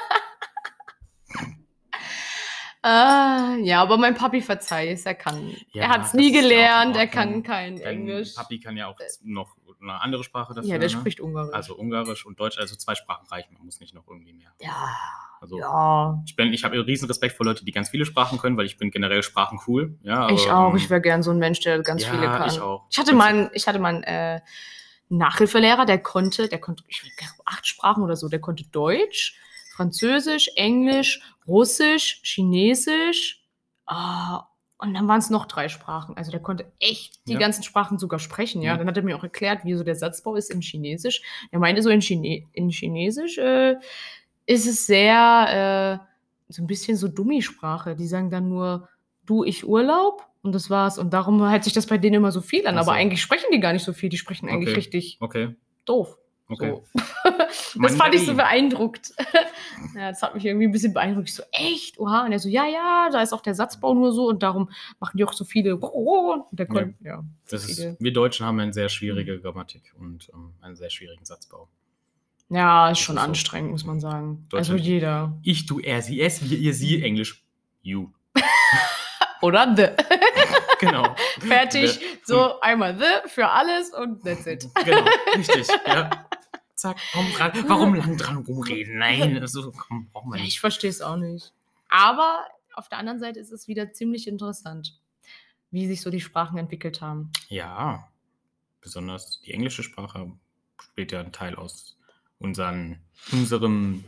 Ah, ja, aber mein Papi verzeiht es, er kann. Ja, er hat es das nie ist ja auch in gelernt, er Ordnung. kann kein Dein Englisch. Papi kann ja auch noch eine andere Sprache dafür. Ja, der ne? spricht Ungarisch. Also Ungarisch und Deutsch, also zwei Sprachen reichen. Man muss nicht noch irgendwie mehr. ja, Also, ja. Ich, bin, ich habe riesen Respekt vor Leuten, die ganz viele Sprachen können, weil ich bin generell Sprachen cool. Ja, aber, Ich auch, ähm, ich wäre gern so ein Mensch, der ganz ja, viele kann. ich auch. Ich hatte mal, einen- ich hatte mal einen äh, Nachhilfelehrer, der konnte, der konnte, ich glaube, acht Sprachen oder so. Der konnte Deutsch, Französisch, Englisch, Russisch, Chinesisch. Ah, und dann waren es noch drei Sprachen. Also der konnte echt die Ja. ganzen Sprachen sogar sprechen. Ja, Ja. dann hat er mir auch erklärt, wie so der Satzbau ist in Chinesisch. Er meinte so in, Chine in Chinesisch äh, ist es sehr äh, so ein bisschen so Dummi-Sprache. Die sagen dann nur du, ich Urlaub und das war's. Und darum hört sich das bei denen immer so viel an. Ach so. Aber eigentlich sprechen die gar nicht so viel. Die sprechen eigentlich Okay. richtig Okay, doof. okay. So. Das Mandarin. fand ich so beeindruckt. Ja, das hat mich irgendwie ein bisschen beeindruckt. Ich so, echt? Oha. Und er so, ja, ja, da ist auch der Satzbau nur so und darum machen die auch so viele. Und der Ja. kon- ja. Das ist, viele. wir Deutschen haben eine sehr schwierige Grammatik und ähm, einen sehr schwierigen Satzbau. Ja, ist Das schon ist so. anstrengend, muss man sagen. Deutschland- Also jeder. Ich, du, er, sie, es, wir, ihr, sie, Englisch, you. Oder the. Genau. Fertig. The. So, einmal the für alles und that's it. Genau, richtig, ja. Zack, warum, dran, warum lang dran rumreden? Nein, also, komm, brauchen wir Ja, nicht. ich verstehe es auch nicht. Aber auf der anderen Seite ist es wieder ziemlich interessant, wie sich so die Sprachen entwickelt haben. Ja, besonders die englische Sprache spielt ja einen Teil aus unseren, unserem,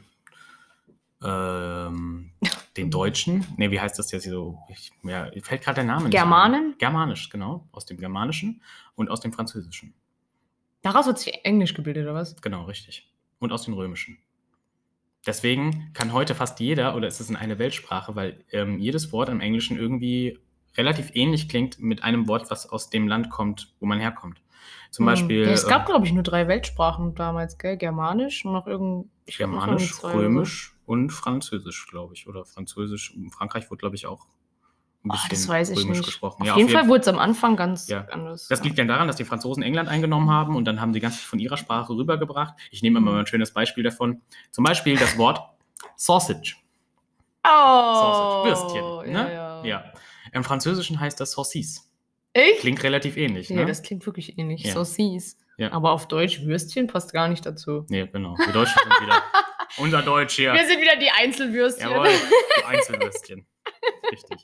ähm, den Deutschen. Ne, wie heißt das jetzt so? Ich, ja, mir fällt gerade der Name nicht Germanen? ein. Germanisch, genau. Aus dem Germanischen und aus dem Französischen. Daraus wird sich Englisch gebildet, oder was? Genau, richtig. Und aus dem Römischen. Deswegen kann heute fast jeder, oder ist es in eine Weltsprache, weil ähm, jedes Wort im Englischen irgendwie relativ ähnlich klingt mit einem Wort, was aus dem Land kommt, wo man herkommt. Zum hm. Beispiel. Ja, es gab, glaube ich, nur drei Weltsprachen damals, gell? Germanisch und noch irgend. Germanisch, Römisch und Französisch, glaube ich. Oder Französisch. In Frankreich wurde, glaube ich, auch ein bisschen oh, das weiß ich Römisch nicht. gesprochen. Auf, ja, jeden auf jeden Fall wurde es am Anfang ganz ja. anders. Das liegt ja daran, dass die Franzosen England eingenommen haben und dann haben sie ganz viel von ihrer Sprache rübergebracht. Ich nehme immer mal ein schönes Beispiel davon. Zum Beispiel das Wort Sausage. Oh! Sausage, Würstchen. Ne? Ja, ja. ja. Im Französischen heißt das Saucisse. Echt? Klingt relativ ähnlich, ja, ne? Ja, das klingt wirklich ähnlich. Ja. Saucisse. Ja. Aber auf Deutsch Würstchen passt gar nicht dazu. Nee, genau. Die Deutschen sind wieder unser Deutsch hier. Wir sind wieder die Einzelwürstchen. Jawohl, die Einzelwürstchen. Richtig.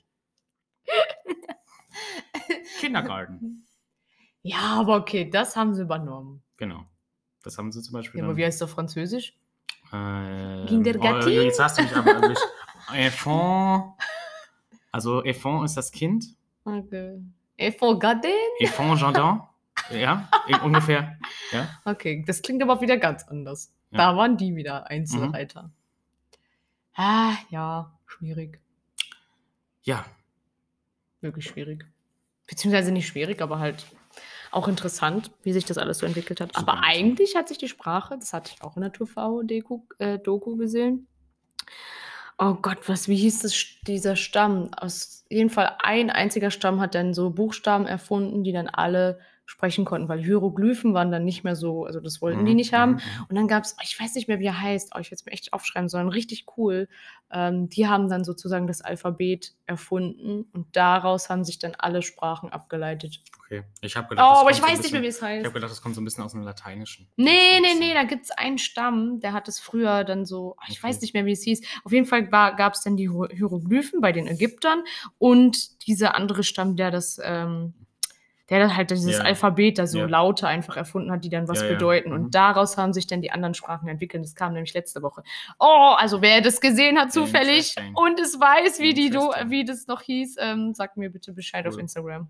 Kindergarten. Ja, aber okay, das haben sie übernommen. Genau. Das haben sie zum Beispiel. Ja, aber wie heißt das auf Französisch? Äh, Kindergarten. Oh, jetzt hast du mich aber erwischt. Enfant. Also, Enfant ist das Kind. Okay. Enfant Garden? Enfant Jardin. Ja, ungefähr. Ja. Okay, das klingt aber wieder ganz anders. Ja. Da waren die wieder Einzelreiter. Mhm. Ah, ja, schwierig. Ja. Wirklich schwierig. Beziehungsweise nicht schwierig, aber halt auch interessant, wie sich das alles so entwickelt hat. Super aber eigentlich hat sich die Sprache, das hatte ich auch in der T V-Doku äh, Doku gesehen. Oh Gott, was, wie hieß das, dieser Stamm? Aus jeden Fall ein einziger Stamm hat dann so Buchstaben erfunden, die dann alle sprechen konnten, weil Hieroglyphen waren dann nicht mehr so, also das wollten mhm. die nicht haben. Und dann gab es, ich weiß nicht mehr, wie er heißt, oh, ich werde es mir echt aufschreiben, sondern richtig cool. Ähm, die haben dann sozusagen das Alphabet erfunden und daraus haben sich dann alle Sprachen abgeleitet. Okay, ich habe gedacht, oh, aber ich weiß so nicht mehr, wie es heißt. Ich habe gedacht, das kommt so ein bisschen aus dem Lateinischen. Nee, nee, nee, da gibt es einen Stamm, der hat es früher dann so, ich okay. weiß nicht mehr, wie es hieß. Auf jeden Fall gab es dann die Hieroglyphen bei den Ägyptern und dieser andere Stamm, der das, ähm, der dann halt dieses ja. Alphabet da so ja. Laute einfach erfunden hat, die dann was ja, bedeuten. Ja. Mhm. Und daraus haben sich dann die anderen Sprachen entwickelt. Das kam nämlich letzte Woche. Oh, also wer das gesehen hat zufällig und es weiß, wie, die Do- wie das noch hieß, ähm, sagt mir bitte Bescheid cool. auf Instagram.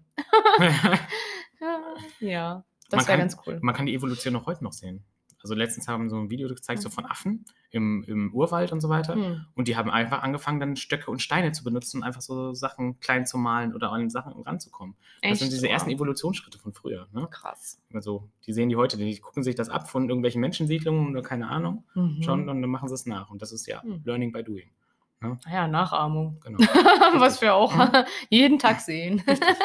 ja, das wäre ganz cool. Man kann die Evolution noch heute noch sehen. Also letztens haben so ein Video gezeigt, so von Affen im, im Urwald und so weiter. Hm. Und die haben einfach angefangen, dann Stöcke und Steine zu benutzen, um einfach so Sachen klein zu malen oder an Sachen ranzukommen. Echt? Das sind diese ersten Evolutionsschritte von früher. Ne? Krass. Also, die sehen die heute, die gucken sich das ab von irgendwelchen Menschensiedlungen oder keine Ahnung mhm. schon und dann machen sie es nach. Und das ist ja hm. Learning by Doing. Ne? Ja, Nachahmung. Genau. Was wir auch hm? jeden Tag sehen.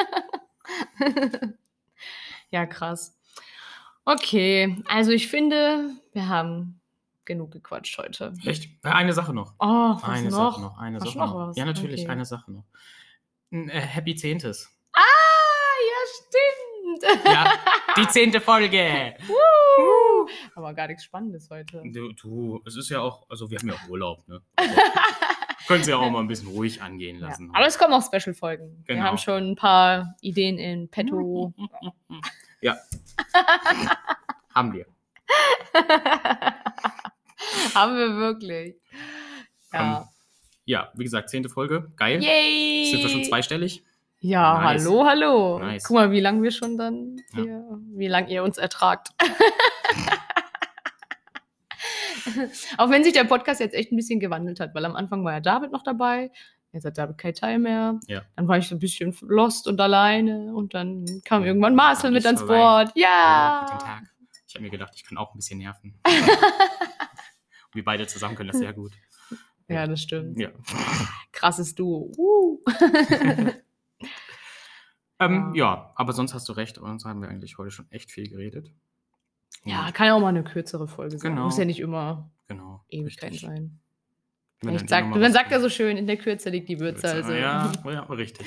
Ja, krass. Okay, also ich finde, wir haben genug gequatscht heute. Echt? Ja, eine Sache noch. Oh, was eine noch? Sache noch. Eine Hast Sache noch noch. Was? Ja, natürlich, okay. eine Sache noch. Ein, äh, Happy Zehntes. Ah, ja, stimmt. Ja, die zehnte Folge. uh, aber gar nichts Spannendes heute. Du, du, es ist ja auch, also wir haben ja auch Urlaub, ne? Also, können Sie ja auch mal ein bisschen ruhig angehen lassen. Ja, aber es kommen auch Special-Folgen. Genau. Wir haben schon ein paar Ideen in petto. Ja. Haben wir. Haben wir wirklich. Ja. Um, ja, wie gesagt, zehnte Folge. Geil. Yay! Sind wir schon zweistellig? Ja, nice. hallo, hallo. Nice. Guck mal, wie lange wir schon dann hier, ja. wie lange ihr uns ertragt. Auch wenn sich der Podcast jetzt echt ein bisschen gewandelt hat, weil am Anfang war ja David noch dabei, jetzt hat David kein Teil mehr. Ja. Dann war ich so ein bisschen lost und alleine und dann kam irgendwann Marcel mit ans Board. Ja! ja guten Tag. Ich habe mir gedacht, ich kann auch ein bisschen nerven. Wir beide zusammen können das sehr gut. Ja, das stimmt. Ja. Krasses Duo. Uh. ähm, ja. ja, aber sonst hast du recht. Sonst haben wir eigentlich heute schon echt viel geredet. Ja, kann ja auch mal eine kürzere Folge sein. Genau. Muss ja nicht immer genau, Ewigkeiten sein. Wenn Echt, sagt, man sagt ja so schön, in der Kürze liegt die Würze. Also. Ja, ja, richtig.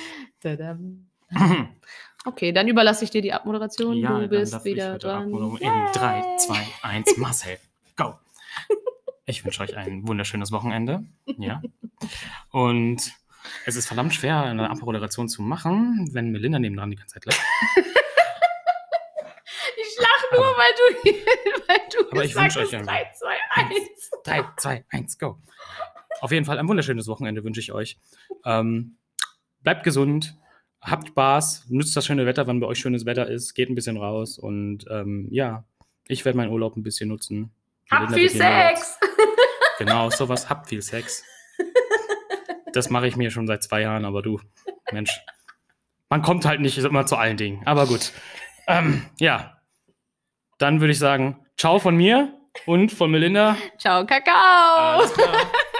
Okay, dann überlasse ich dir die Abmoderation. Ja, du bist dann darf wieder ich heute dran. In drei, zwei, eins, Marcel, go! Ich wünsche euch ein wunderschönes Wochenende. Ja. Und es ist verdammt schwer, eine Abmoderation zu machen, wenn Melinda nebendran die ganze Zeit lacht. Ich lache nur, aber, weil du, weil du aber gesagt ich hast, euch drei, zwei, eins. drei, zwei, eins, go. Auf jeden Fall ein wunderschönes Wochenende wünsche ich euch. Ähm, bleibt gesund, habt Spaß, nützt das schöne Wetter, wann bei euch schönes Wetter ist, geht ein bisschen raus und ähm, ja, ich werde meinen Urlaub ein bisschen nutzen. Habt viel Sex! Genau, sowas. Habt viel Sex. Das mache ich mir schon seit zwei Jahren, aber du, Mensch. Man kommt halt nicht immer zu allen Dingen. Aber gut. Ähm, ja. Dann würde ich sagen, ciao von mir und von Melinda. Ciao, Kakao. Alles klar.